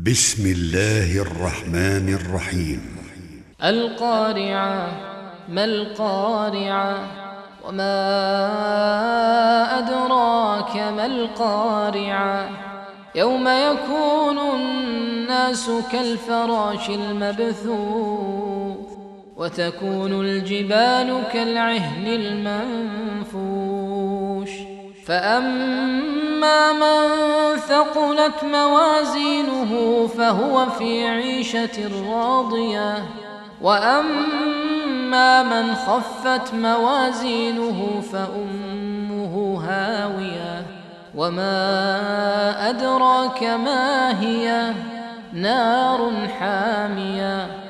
بسم الله الرحمن الرحيم. القارعة. ما القارعة؟ وما أدراك ما القارعة؟ يوم يكون الناس كالفراش المبثوث وتكون الجبال كالعهن المنفوش فأما من ثقلت موازينه فهو في عيشة راضية وأما من خفت موازينه فأمه هاوية وما أدراك ما هي نار حامية